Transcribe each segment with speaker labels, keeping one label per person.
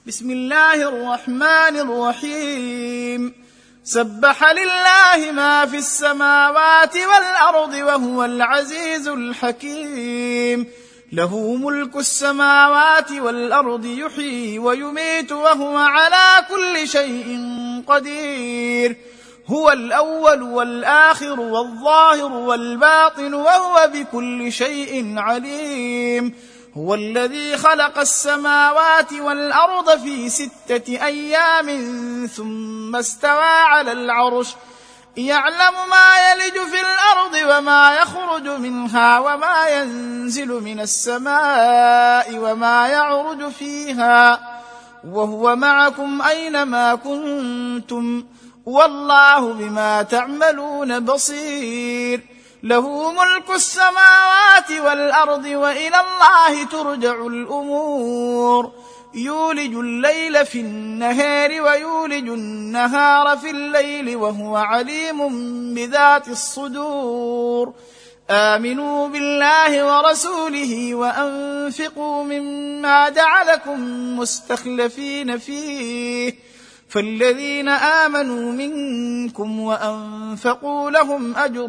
Speaker 1: بسم الله الرحمن الرحيم. سبح لله ما في السماوات والأرض وهو العزيز الحكيم. له ملك السماوات والأرض يحيي ويميت وهو على كل شيء قدير. هو الأول والآخر والظاهر والباطن وهو بكل شيء عليم. هو الذي خلق السماوات والأرض في 6 أيام ثم استوى على العرش يعلم ما يلج في الأرض وما يخرج منها وما ينزل من السماء وما يعرج فيها وهو معكم أينما كنتم والله بما تعملون بصير. له ملك السماوات والأرض وإلى الله ترجع الأمور. يولج الليل في النهار ويولج النهار في الليل وهو عليم بذات الصدور. آمنوا بالله ورسوله وأنفقوا مما جعلكم مستخلفين فيه فالذين آمنوا منكم وأنفقوا لهم أجر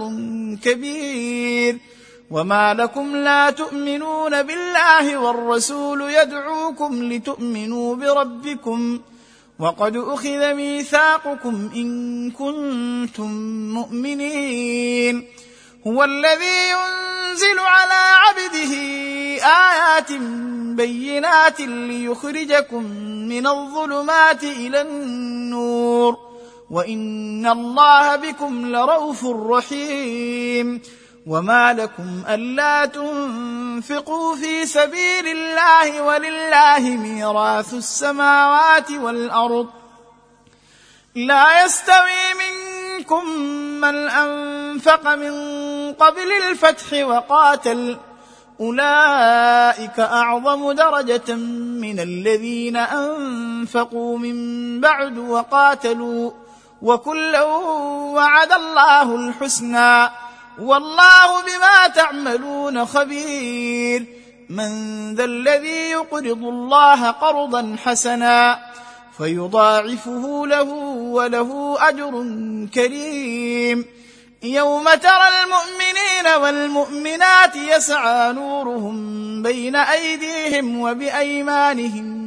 Speaker 1: كبير. وما لكم لا تؤمنون بالله والرسول يدعوكم لتؤمنوا بربكم وقد أخذ ميثاقكم إن كنتم مؤمنين. هو الذي ينزل على عبده آيات بينات ليخرجكم من الظلمات إلى النور وإن الله بكم لرءوف رحيم. وما لكم ألا تنفقوا في سبيل الله ولله ميراث السماوات والأرض لا يستوي منكم من أنفق من قبل الفتح وقاتل أولئك أعظم درجة من الذين أنفقوا من بعد وقاتلوا وكلا وعد الله الحسنى والله بما تعملون خبير. من ذا الذي يقرض الله قرضا حسنا فيضاعفه له وله أجر كريم. يوم ترى المؤمنين والمؤمنات يسعى نورهم بين أيديهم وبأيمانهم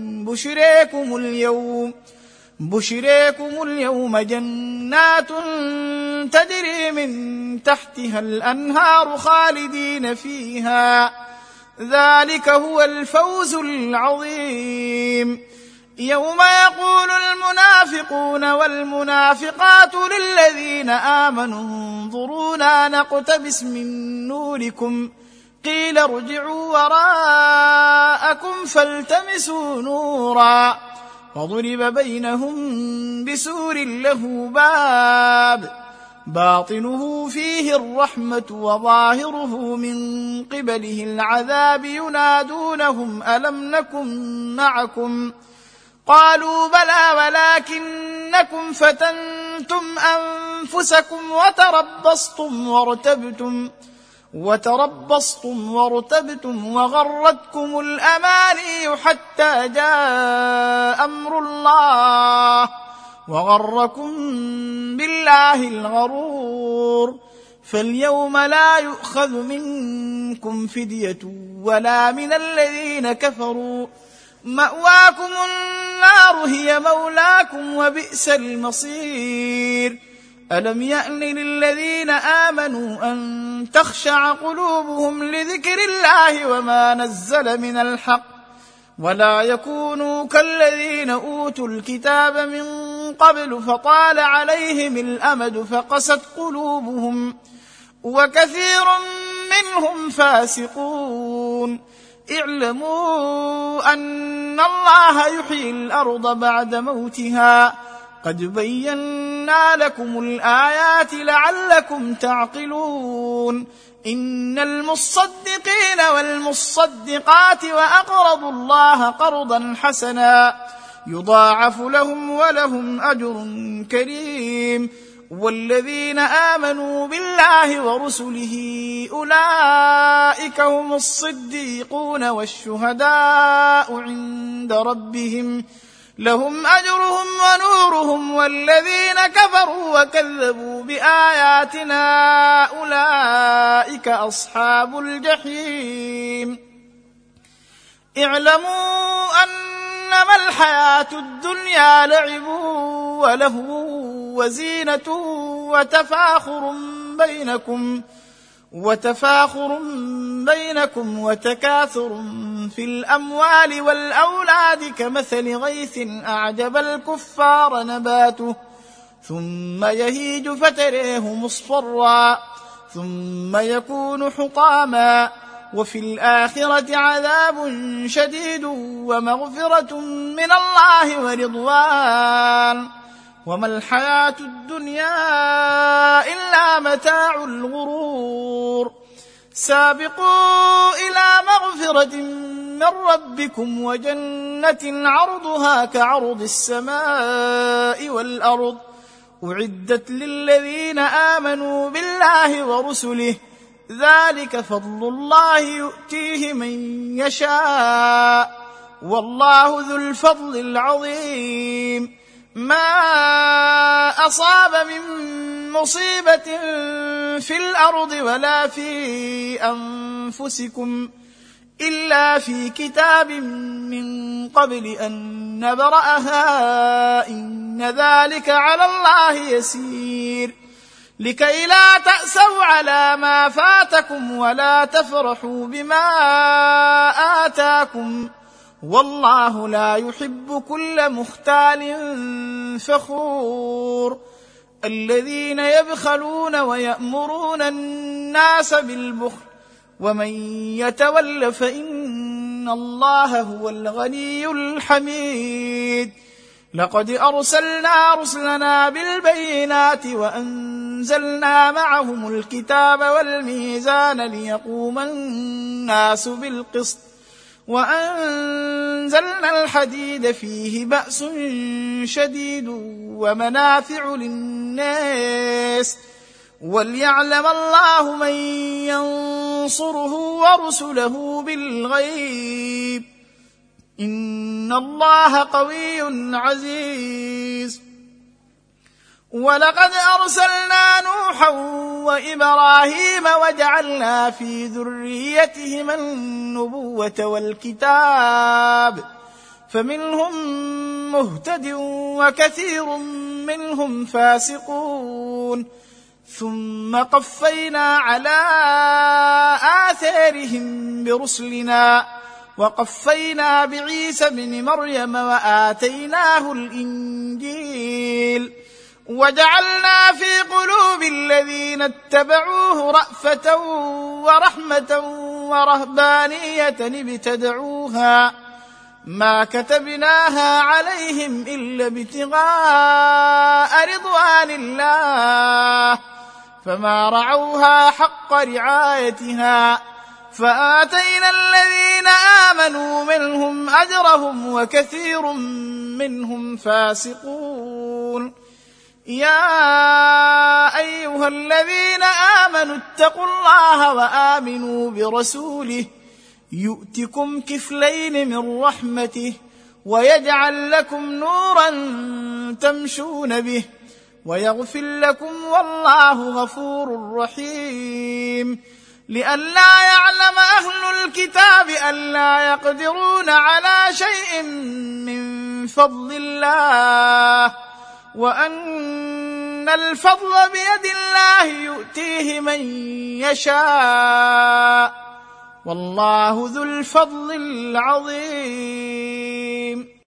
Speaker 1: بشريكم اليوم جنات تجري من تحتها الأنهار خالدين فيها ذلك هو الفوز العظيم. يوم يقول المنافقون والمنافقات للذين آمنوا انظرونا نقتبس من نوركم قيل ارجعوا وراءكم فالتمسوا نورا وضرب بينهم بسور له باب باطنه فيه الرحمة وظاهره من قبله العذاب ينادونهم ألم نكن معكم قالوا بلى ولكنكم فتنتم أنفسكم وتربصتم وارتبتم وغرتكم الأماني حتى جاء أمر الله وغركم بالله الغرور. فاليوم لا يؤخذ منكم فدية ولا من الذين كفروا مأواكم النار هي مولاكم وبئس المصير. ألم يأن للذين آمنوا أن تخشع قلوبهم لذكر الله وما نزل من الحق ولا يكونوا كالذين أوتوا الكتاب من قبل فطال عليهم الأمد فقست قلوبهم وكثير منهم فاسقون. اعلموا أن الله يحيي الأرض بعد موتها قد بينا لكم الآيات لعلكم تعقلون. إن المصدقين والمصدقات وأقرضوا الله قرضا حسنا يضاعف لهم ولهم أجر كريم. والذين آمنوا بالله ورسله أولئك هم الصديقون والشهداء عند ربهم لهم أجرهم ونورهم، والذين كفروا وكذبوا بآياتنا أولئك أصحاب الجحيم. اعلموا أنما الحياة الدنيا لعب ولهو وزينة وتفاخر بينكم وتكاثر في الأموال والأولاد كمثل غيث أعجب الكفار نباته ثم يهيج فتريه مصفرا ثم يكون حطاما، وفي الآخرة عذاب شديد ومغفرة من الله ورضوان، وما الحياة الدنيا إلا متاع الغرور. سابقوا إلى مغفرة من ربكم وجنة عرضها كعرض السماء والأرض أعدت للذين آمنوا بالله ورسله، ذلك فضل الله يؤتيه من يشاء، والله ذو الفضل العظيم. ما أصاب من مصيبة في الأرض ولا في أنفسكم إلا في كتاب من قبل أن نبرأها، إن ذلك على الله يسير. لكي لا تأسوا على ما فاتكم ولا تفرحوا بما آتاكم، والله لا يحب كل مختال فخور. الذين يبخلون ويأمرون الناس بالبخل ومن يتول فإن الله هو الغني الحميد. لقد أرسلنا رسلنا بالبينات وأنزلنا معهم الكتاب والميزان ليقوم الناس بالقسط، وأنزلنا الحديد فيه بأس شديد ومنافع للناس، وليعلم الله من ينصره ورسله بالغيب، إن الله قوي عزيز. ولقد أرسلنا نوحا وإبراهيم وجعلنا في ذريتهما النبوة والكتاب، فمنهم مهتد وكثير منهم فاسقون، ثم قفينا على آثارهم برسلنا وقفينا بعيسى ابن مريم وآتيناه الإنجيل، وجعلنا في قلوب الذين اتبعوه رأفة ورحمة ورهبانية ابتدعوها ما كتبناها عليهم إلا ابتغاء رضوان الله، فما رعوها حق رعايتها، فآتينا الذين آمنوا منهم أجرهم وكثير منهم فاسقون. يا أيها الذين آمنوا اتقوا الله وآمنوا برسوله يؤتكم كفلين من رحمته ويجعل لكم نورا تمشون به ويغفر لكم، والله غفور رحيم. لئلا يعلم أهل الكتاب ألا يقدرون على شيء من فضل الله، وأن الفضل بيد الله يؤتيه من يشاء، والله ذو الفضل العظيم.